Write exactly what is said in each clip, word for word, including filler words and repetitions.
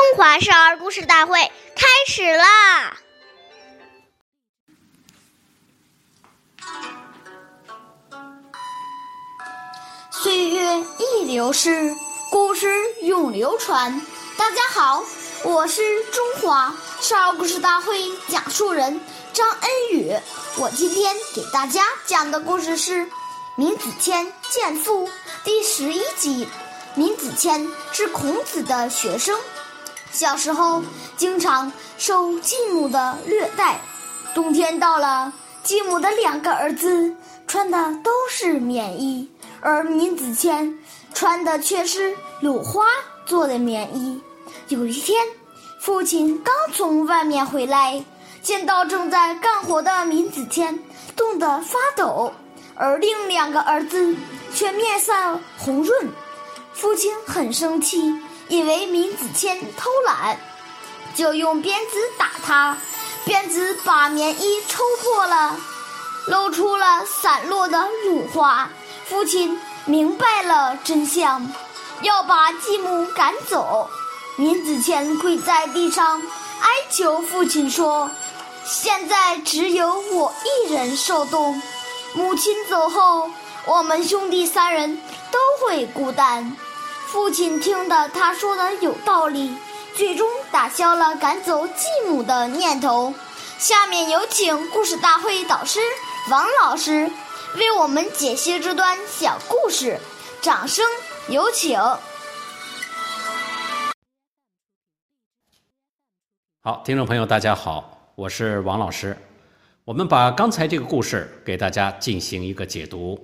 华少儿故事大会开始啦！ 岁月易流逝，故事永流传。大家好，我是中华少儿故事大会讲述人张恩宇。我今天给大家讲的故事是《闵子骞见父》第十一集。闵子骞是孔子的学生，小时候经常受继母的虐待。冬天到了，继母的两个儿子穿的都是棉衣，而闵子骞穿的却是鲁花做的棉衣。有一天，父亲刚从外面回来，见到正在干活的闵子骞冻得发抖，而另两个儿子却面色红润。父亲很生气，以为闵子骞偷懒，就用鞭子打他。鞭子把棉衣抽破了，露出了散落的乳花。父亲明白了真相，要把继母赶走。闵子骞跪在地上哀求父亲说：现在只有我一人受冻，母亲走后，我们兄弟三人都会孤单。父亲听得他说的有道理，最终打消了赶走继母的念头。下面有请故事大会导师王老师为我们解析这段小故事，掌声有请。 好，听众朋友大家好，我是王老师。我们把刚才这个故事给大家进行一个解读。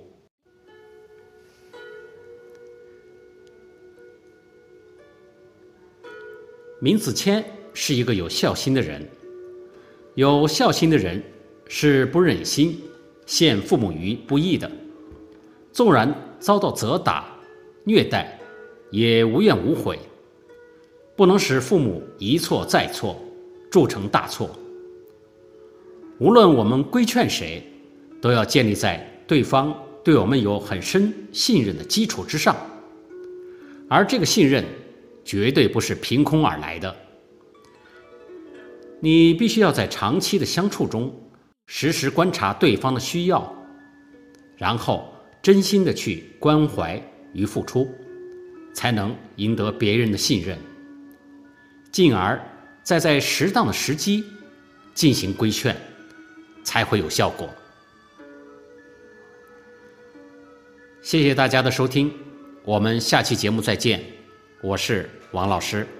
闵子骞是一个有孝心的人，有孝心的人是不忍心陷父母于不义的，纵然遭到责打、虐待，也无怨无悔，不能使父母一错再错，铸成大错。无论我们规劝谁，都要建立在对方对我们有很深信任的基础之上，而这个信任绝对不是凭空而来的。你必须要在长期的相处中，时时观察对方的需要，然后真心的去关怀与付出，才能赢得别人的信任，进而再在适当的时机进行规劝，才会有效果。谢谢大家的收听，我们下期节目再见，我是王老师。